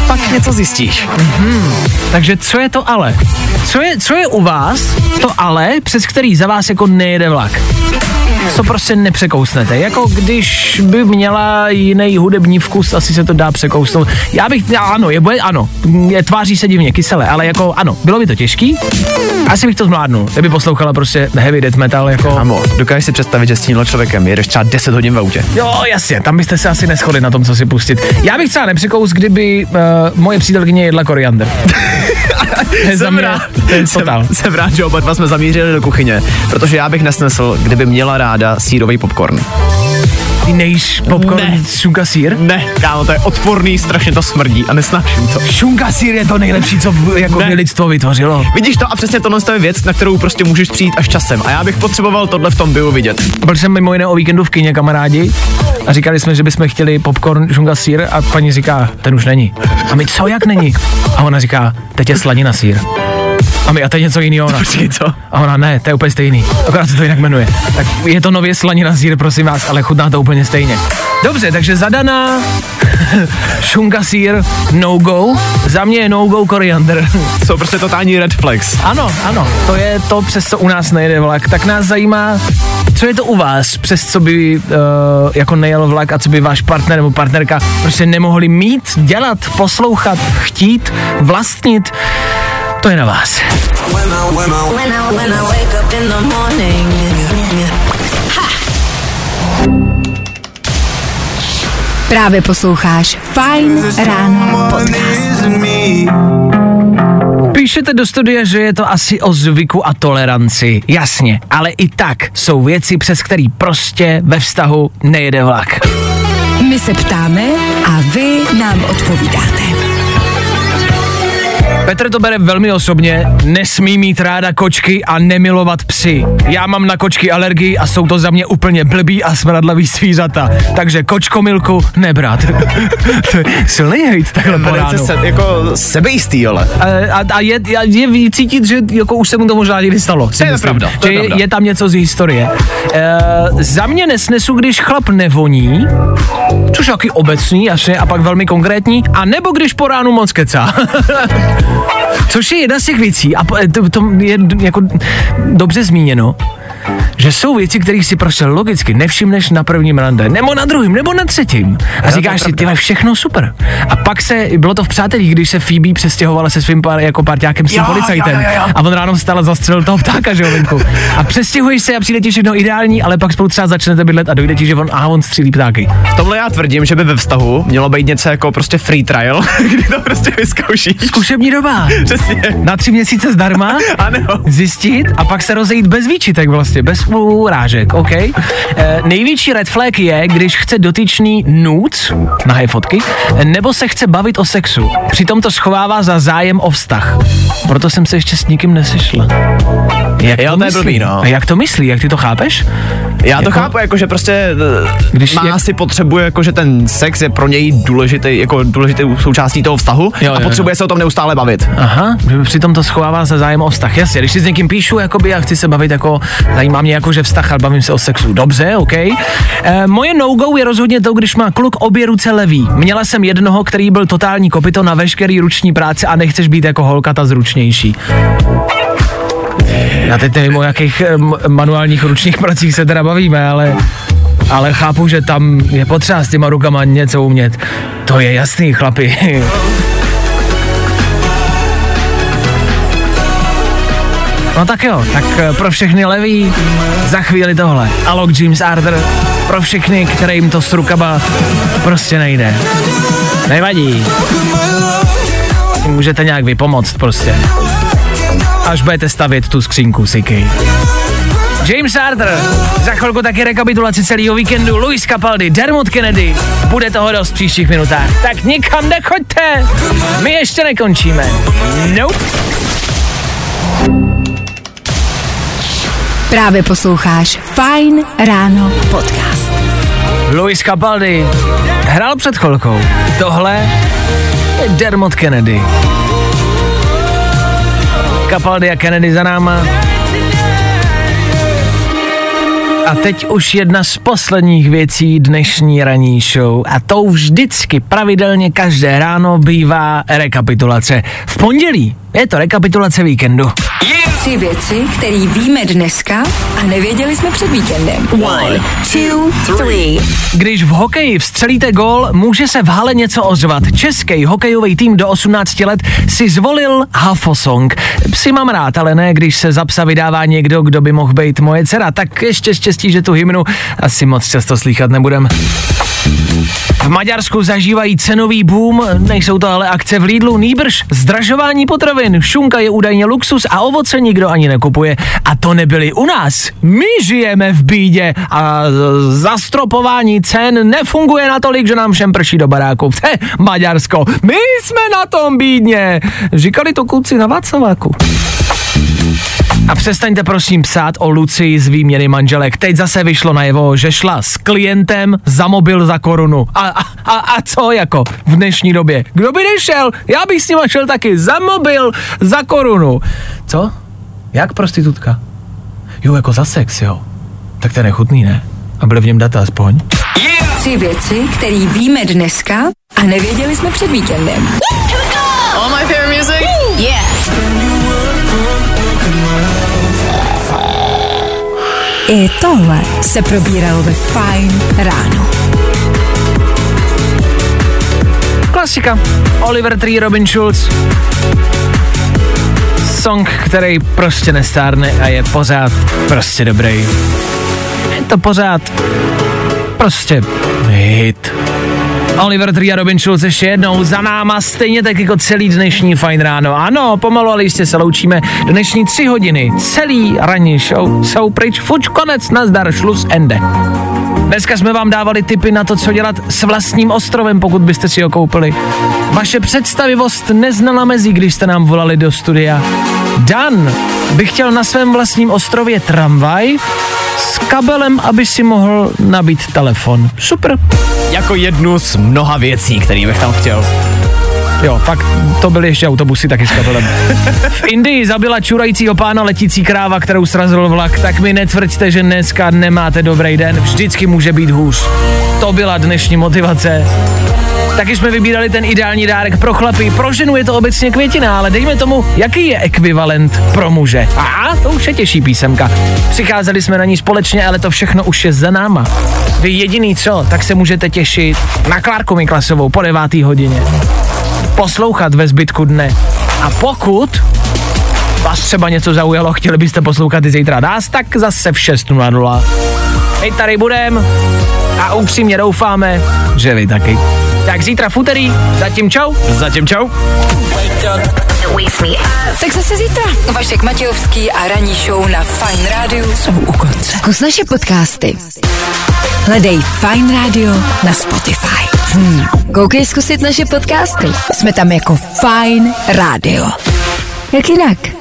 pak něco zjistíš. Mm-hmm. Takže co je to ale? Co je, co je u vás to ale, přes který za vás jako nejede vlak? Co prostě nepřekousnete. Jako když by měla jiný hudební vkus, asi se to dá překousnout. Já bych, já, ano, je, bude, ano, je, tváří se divně kyselé, ale jako ano, bylo by to těžký, asi bych to zvládnul, kdyby poslouchala prostě heavy death metal, jako... Amo, dokážeš si představit, že s tímhle člověkem jedeš třeba deset hodin v autě. Jo, jasně, tam byste se asi neschodli na tom, co si pustit. Já bych třeba nepřekous, kdyby uh, moje přítelkyně jedla koriander. Jsem rád, jsem, jsem rád, že oba dva jsme zamířili do kuchyně, protože já bych nesnesl, kdyby měla ráda sírový popcorn. Ty nejíš popcorn ne. Šunka sír? Ne, kámo, to je odporný, strašně to smrdí a nesnáším to. Šunka sír je to nejlepší, co jako by lidstvo vytvořilo. Vidíš to a přesně tohle je věc, na kterou prostě můžeš přijít až časem a já bych potřeboval tohle v tom biu vidět. Byl jsem mimo jiné o víkendu v kině, kamarádi, a říkali jsme, že bychom chtěli popcorn šunka sír a paní říká, ten už není. A my co, jak není? A ona říká, teď je slanina sír. A my, a teď něco jiného. Počkej, co? A ona, ne, to je úplně stejný. Akorát se to jinak jmenuje. Tak je to nově slanina sír, prosím vás, ale chutná to úplně stejně. Dobře, takže zadaná šunka sír, no go. Za mě je no go koriander. Jsou prostě totální red flags. Ano, ano, to je to, přes co u nás nejede vlak. Tak nás zajímá, co je to u vás, přes co by uh, jako nejel vlak a co by váš partner nebo partnerka prostě nemohli mít, dělat, poslouchat, chtít, vlastnit. To je na vás. Právě posloucháš Fajn ráno podcast. Píšete do studia, že je to asi o zvyku a toleranci. Jasně, ale i tak jsou věci, přes který prostě ve vztahu nejede vlak. My se ptáme a vy nám odpovídáte. Petr to bere velmi osobně, nesmí mít ráda kočky a nemilovat psy. Já mám na kočky alergii a jsou to za mě úplně blbý a smradlavý zvířata. Takže kočkomilku nebrat. To je silný hejt takhle po ránu. Se, jako sebejistý, ale. A, a, a je, je cítit, že jako už se mu to možná někdy stalo. To je pravda. To je, je tam něco z historie. E, za mě nesnesu, když chlap nevoní, což je taky obecný, jasně, a pak velmi konkrétní, a nebo když po ránu moc kecá. Což je jedna z těch věcí a to, to je jako dobře zmíněno, že jsou věci, kterých si prostě logicky nevšimneš na prvním rande, nebo na druhém, nebo na třetím. A já říkáš si, ty máš všechno super. A pak se, bylo to v Přátelích, když se Phoebe přestěhovala se svým pár, jako parťákem s tím policajtem. Jo, jo, jo. A on ráno vstal a zastřelil toho ptáka, že jo, venku. A přestěhuješ se a přijde ti všechno ideální, ale pak spolu třeba začnete bydlet a dojde ti, že on, aha, on střílí ptáky. V tomhle já tvrdím, že by ve vztahu mělo být něco jako prostě free trial, kdy to prostě vyzkoušíš. Zkušební doba. Přesně. Na tři měsíce zdarma. Ano. Zjistit a pak se rozejít bez výčitek vlastně, bez urážek, OK? E, největší red flag je, když chce dotyčný nudes, nahé fotky, nebo se chce bavit o sexu. Přitom to schovává za zájem o vztah. Proto jsem se ještě s nikým nesešla. Jak jo, to, to myslí? Blbý, no. A jak to myslí? Jak ty to chápeš? Já to jako, chápu, jako že prostě když má jak... asi potřebuje, jako že ten sex je pro něj důležitý, jako důležitou součástí toho vztahu jo, a jo, potřebuje jo. se o tom neustále bavit. Aha, přitom to schovává za zájem o vztah. Jasně, když si s někým píšu, jakoby já chci se bavit, jako zajímá mě jako, že vztah, ale bavím se o sexu. Dobře, OK. E, moje no-go je rozhodně to, když má kluk obě ruce levý. Měla jsem jednoho, který byl totální kopyto na veškerý ruční práce a nechceš být jako holka ta zručnější. Já teď nevím, o jakých m- manuálních ručních pracích se teda bavíme, ale, ale chápu, že tam je potřeba s těma rukama něco umět. To je jasný, chlapi. No tak jo, tak pro všechny levý za chvíli tohle. Alok James Arthur, pro všechny, kterým to s rukama prostě nejde. Nevadí. Můžete nějak vypomoct prostě. Až budete stavět tu skřínku, Siky. James Arthur, za chvilku taky rekapitulaci celého víkendu, Luis Capaldi, Dermot Kennedy, bude toho dost v příštích minutách. Tak nikam nechoďte, my ještě nekončíme. Nope. Právě posloucháš Fajn ráno podcast. Luis Capaldi hrál před chvilkou. Tohle je Dermot Kennedy. Capaldi a Kennedy za náma. A teď už jedna z posledních věcí dnešní ranní show a tou vždycky pravidelně každé ráno bývá rekapitulace. V pondělí je to rekapitulace víkendu. Tři věci, které víme dneska a nevěděli jsme před víkendem. One, two, three. Když v hokeji vstřelíte gól, může se v hale něco ozvat. Český hokejový tým do osmnácti let si zvolil Hafosong. Psi mám rád, ale ne, když se za psa vydává někdo, kdo by mohl být moje dcera. Tak ještě štěstí, že tu hymnu asi moc často slýchat nebudem. V Maďarsku zažívají cenový boom, nejsou to ale akce v Lidlu, nýbrž zdražování potravin. Šunka je údajně luxus a ovoce nikdo ani nekupuje. A to nebyli u nás. My žijeme v bídě a zastropování cen nefunguje natolik, že nám všem prší do baráku. He, Maďarsko, my jsme na tom bídně. Říkali to kluci na Václaváku. A přestaňte prosím psát o Lucii z výměny manželek. Teď zase vyšlo najevo, že šla s klientem za mobil za korunu. A, a, a, a co jako v dnešní době? Kdo by nešel? Já bych s ním šel taky za mobil za korunu. Co? Jak prostitutka? Jo, jako za sex, jo. Tak to je nechutný, ne? A byly v něm data aspoň. Yeah! Tři věci, které víme dneska a nevěděli jsme před víkendem. All my favorite music? Yeah. I tohle se probíralo ve Fajn ráno. Klasika. Oliver Tree, Robin Schulz. Song, který prostě nestárne a je pořád prostě dobrý. Je to pořád prostě hit. Oliver Tree a Robin Schulz ještě jednou za náma, stejně tak jako celý dnešní Fajn ráno. Ano, pomalu, ale jistě se loučíme. Dnešní tři hodiny, celý ranní show jsou pryč, fuč, konec, nazdar, šluz, ende. Dneska jsme vám dávali tipy na to, co dělat s vlastním ostrovem, pokud byste si ho koupili. Vaše představivost neznala mezí, když jste nám volali do studia. Dan by chtěl na svém vlastním ostrově tramvaj s kabelem, aby si mohl nabít telefon. Super. Jako jednu z mnoha věcí, který bych tam chtěl. Jo, pak to byly ještě autobusy taky s kabelem. V Indii zabila čurajícího pána letící kráva, kterou srazil vlak, tak mi netvrďte, že dneska nemáte dobrý den, vždycky může být hůř. To byla dnešní motivace. Taky jsme vybírali ten ideální dárek pro chlapy, pro ženu je to obecně květina, ale dejme tomu, jaký je ekvivalent pro muže. A to už je těžší písemka. Přicházeli jsme na ní společně, ale to všechno už je za náma. Vy jediný co, tak se můžete těšit na Klárku Miklasovou po devátý hodině. Poslouchat ve zbytku dne. A pokud vás třeba něco zaujalo, chtěli byste poslouchat i zítra nás, tak zase v šest nula nula. My tady budem a upřímně doufáme, že vy taky. Tak zítra v úterý, zatím čau. Zatím čau. Tak zase zítra. Vašek Matějovský a ranní show na Fajn rádiu jsou u konce. Zkus naše podcasty. Hledej Fajn rádio na Spotify. Hmm. Koukej zkusit naše podcasty. Jsme tam jako Fajn rádio. Jak jinak?